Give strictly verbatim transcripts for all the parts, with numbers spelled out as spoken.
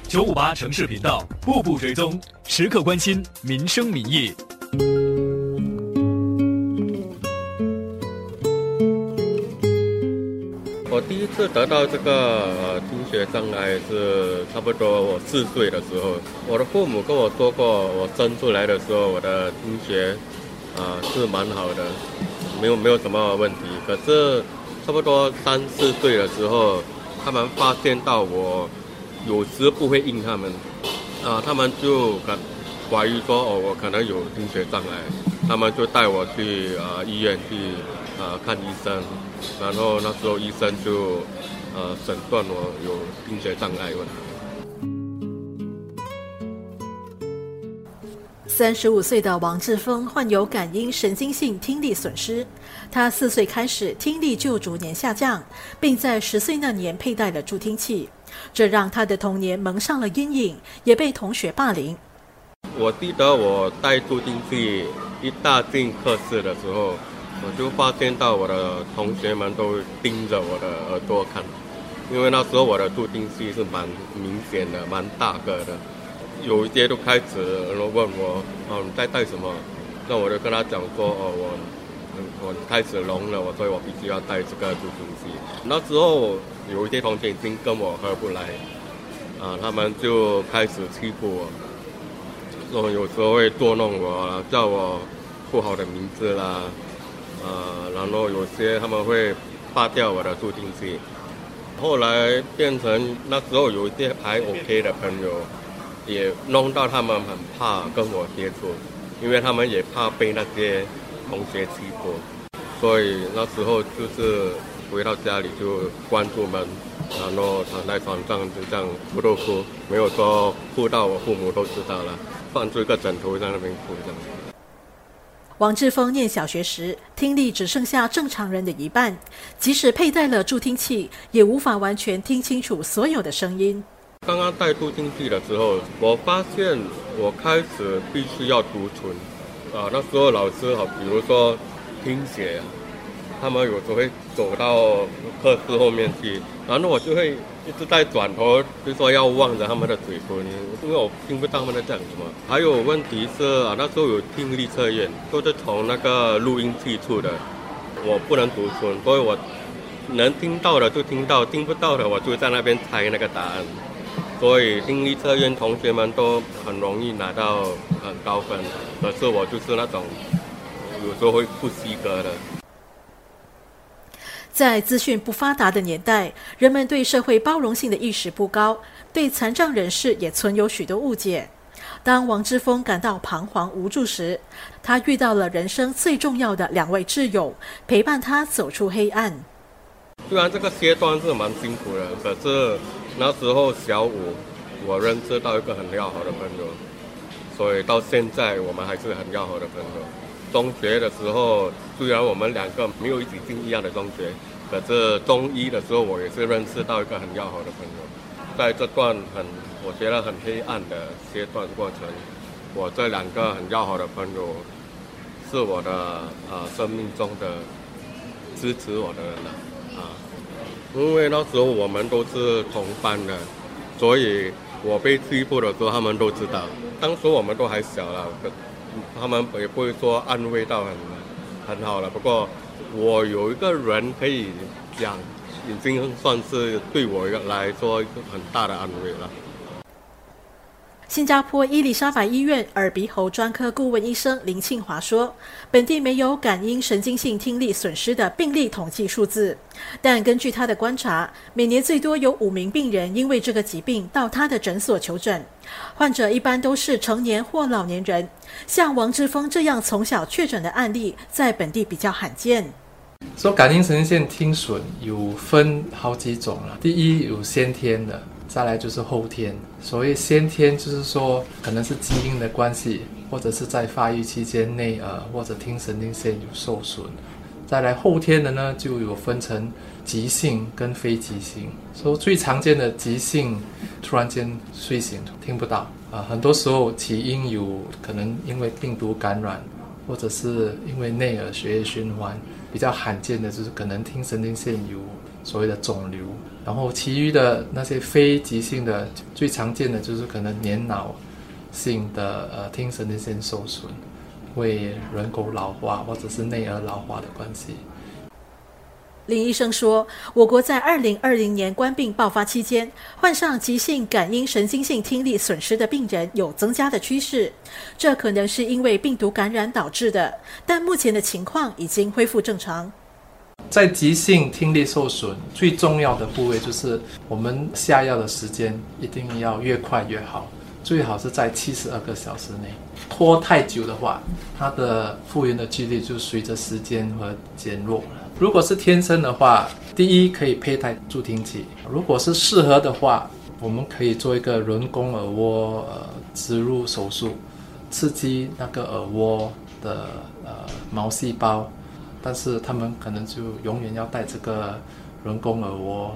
九五八城市频道，步步追踪，时刻关心民生民意。 我第一次得到这个呃听觉障碍是差不多我四岁的时候，我的父母跟我说过，我生出来的时候我的听觉啊、呃、是蛮好的，没有没有什么问题。可是差不多三四岁的时候，他们发现到我有时不会应他们，啊、呃，他们就可怀疑说哦我可能有听觉障碍，他们就带我去啊、呃、医院去啊、呃、看医生。然后那时候医生就呃诊断我有听觉障碍问题。三十五岁的王志峰患有感应神经性听力损失，他四岁开始听力就逐年下降，并在十岁那年佩戴了助听器，这让他的童年蒙上了阴影，也被同学霸凌。 我记得我戴助听器一踏进课室的时候，我就发现到我的同学们都盯着我的耳朵看，因为那时候我的助听器是蛮明显的，蛮大个的。有一些都开始问我，哦，你在戴什么？那我就跟他讲说，哦，我我开始聋了，我所以我必须要戴这个助听器。那时候有一些同学已经跟我合不来，啊，他们就开始欺负我，说有时候会捉弄我，叫我不好的名字啦。呃，然后有些他们会拔掉我的助听器，后来变成那时候有一些还 OK 的朋友，也弄到他们很怕跟我接触，因为他们也怕被那些同学欺负，所以那时候就是回到家里就关住门，然后躺在床上就这样不都哭，没有说哭到我父母都知道了，放出一个枕头在那边哭这样。 王志峰念小学时，听力只剩下正常人的一半，即使佩戴了助听器，也无法完全听清楚所有的声音。 刚刚戴助听器的时候，我发现我开始必须要读唇，啊，那时候老师好，比如说听写，他们有时候会走到课室后面去，然后我就会一直在转头，就说要望着他们的嘴唇，因为我听不到他们在讲什么。还有问题是啊，那时候有听力测验，都是从那个录音器出的，我不能读唇，所以我能听到的就听到，听不到的我就在那边猜那个答案。所以听力测验同学们都很容易拿到很高分，可是我就是那种有时候会不及格的。 在资讯不发达的年代，人们对社会包容性的意识不高，对残障人士也存有许多误解。当王志峰感到彷徨无助时，他遇到了人生最重要的两位挚友，陪伴他走出黑暗。 虽然这个阶段是蛮辛苦的，可是那时候小五，我认识到一个很要好的朋友，所以到现在我们还是很要好的朋友。中学的时候，虽然我们两个没有一起进一样的中学，可是中一的时候我也是认识到一个很要好的朋友。在这段很我觉得很黑暗的阶段过程，我这两个很要好的朋友是我的呃生命中的支持我的人了啊。因为那时候我们都是同班的，所以我被欺负的时候他们都知道。当时我们都还小了，他们也不会说安慰到很很好了。不过我有一个人可以讲，已经算是对我来说一个很大的安慰了。 新加坡伊丽莎白医院耳鼻喉专科顾问医生林庆华说，本地没有感应神经性听力损失的病例统计数字，但根据他的观察，每年最多有五名病人因为这个疾病到他的诊所求诊，患者一般都是成年或老年人。像王志峰这样从小确诊的案例，在本地比较罕见。 说感应神经线听损有分好几种了，第一有先天的，再来就是后天。所谓先天就是说可能是基因的关系，或者是在发育期间内呃或者听神经线有受损。再来后天的呢，就有分成急性跟非急性。所以最常见的急性，突然间睡醒听不到啊、呃，很多时候起因有可能因为病毒感染，或者是因为内耳血液循环。比较罕见的就是可能听神经线有所谓的肿瘤。然后其余的那些非急性的，最常见的就是可能年脑性的呃听神经线受损，为人口老化或者是内耳老化的关系。 林医生说，我国在二零二零年冠病爆发期间，患上急性感应神经性听力损失的病人有增加的趋势，这可能是因为病毒感染导致的，但目前的情况已经恢复正常。 在急性听力受损，最重要的部位就是我们下药的时间一定要越快越好，最好是在七十二个小时内。拖太久的话，它的复原的几率就随着时间和减弱了。如果是天生的话，第一可以佩戴助听器，如果是适合的话，我们可以做一个人工耳蜗呃植入手术，刺激那个耳蜗的呃毛细胞，但是他们可能就永远要戴这个人工耳蜗。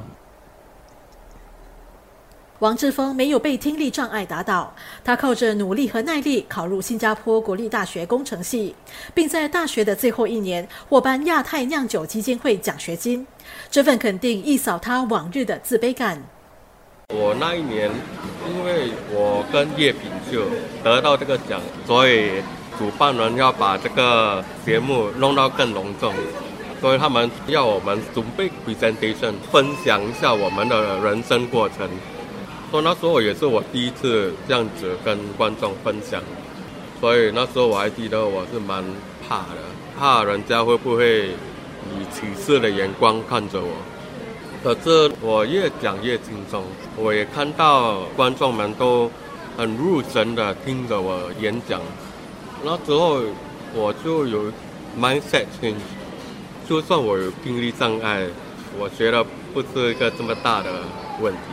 王志峰没有被听力障碍打倒，他靠着努力和耐力考入新加坡国立大学工程系，并在大学的最后一年获颁亚太酿酒基金会奖学金。这份肯定一扫他往日的自卑感。 我那一年，因为我跟叶秉秀得到这个奖，所以主办人要把这个节目弄到更隆重，所以他们要我们准备 presentation， 分享一下我们的人生过程。所以那时候也是我第一次这样子跟观众分享，所以那时候我还记得我是蛮怕的，怕人家会不会以歧视的眼光看着我。可是我越讲越轻松，我也看到观众们都很入神的听着我演讲。那时候我就有 mindset change， 就算我有听力障碍，我觉得不是一个这么大的问题。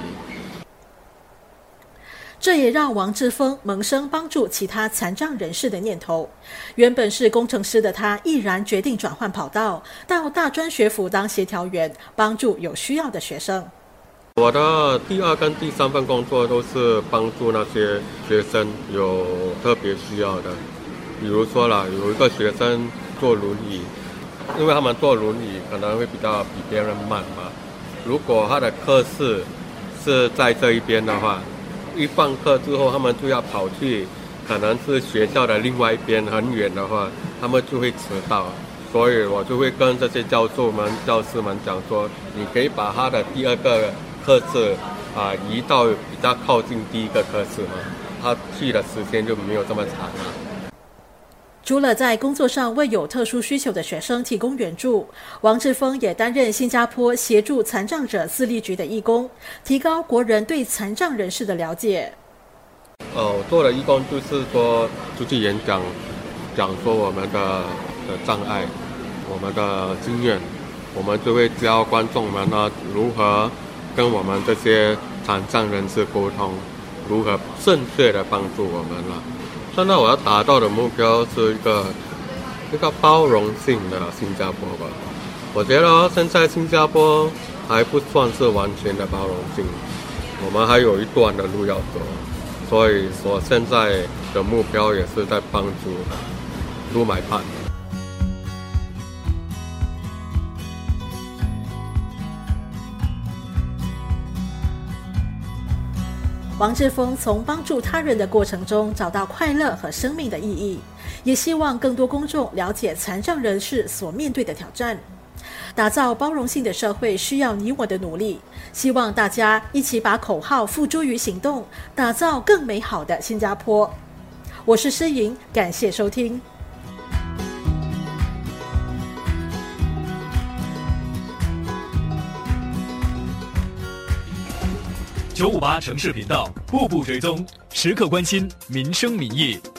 这也让王志峰萌生帮助其他残障人士的念头。原本是工程师的他，毅然决定转换跑道，到大专学府当协调员，帮助有需要的学生。 我的第二跟第三份工作都是帮助那些学生有特别需要的，比如说啦，有一个学生坐轮椅，因为他们坐轮椅可能会比较比别人慢嘛。如果他的课室是在这一边的话，一放课之后，他们就要跑去，可能是学校的另外一边很远的话，他们就会迟到。所以我就会跟这些教授们、教师们讲说，你可以把他的第二个课室啊、呃、移到比较靠近第一个课室嘛，他去的时间就没有这么长了。 除了在工作上为有特殊需求的学生提供援助，王志峰也担任新加坡协助残障者私立局的义工，提高国人对残障人士的了解。 呃，我做的义工就是说出去演讲，讲说我们的的障碍，我们的经验，我们就会教观众们呢如何跟我们这些残障人士沟通，如何正确的帮助我们了。现在我要达到的目标是一个一个包容性的新加坡吧。我觉得现在新加坡还不算是完全的包容性，我们还有一段的路要走。所以我现在的目标也是在帮助Do My Part。 王志峰从帮助他人的过程中找到快乐和生命的意义，也希望更多公众了解残障人士所面对的挑战。打造包容性的社会需要你我的努力，希望大家一起把口号付诸于行动，打造更美好的新加坡。我是诗莹，感谢收听。 九五八城市频道，步步追踪，时刻关心民生民意。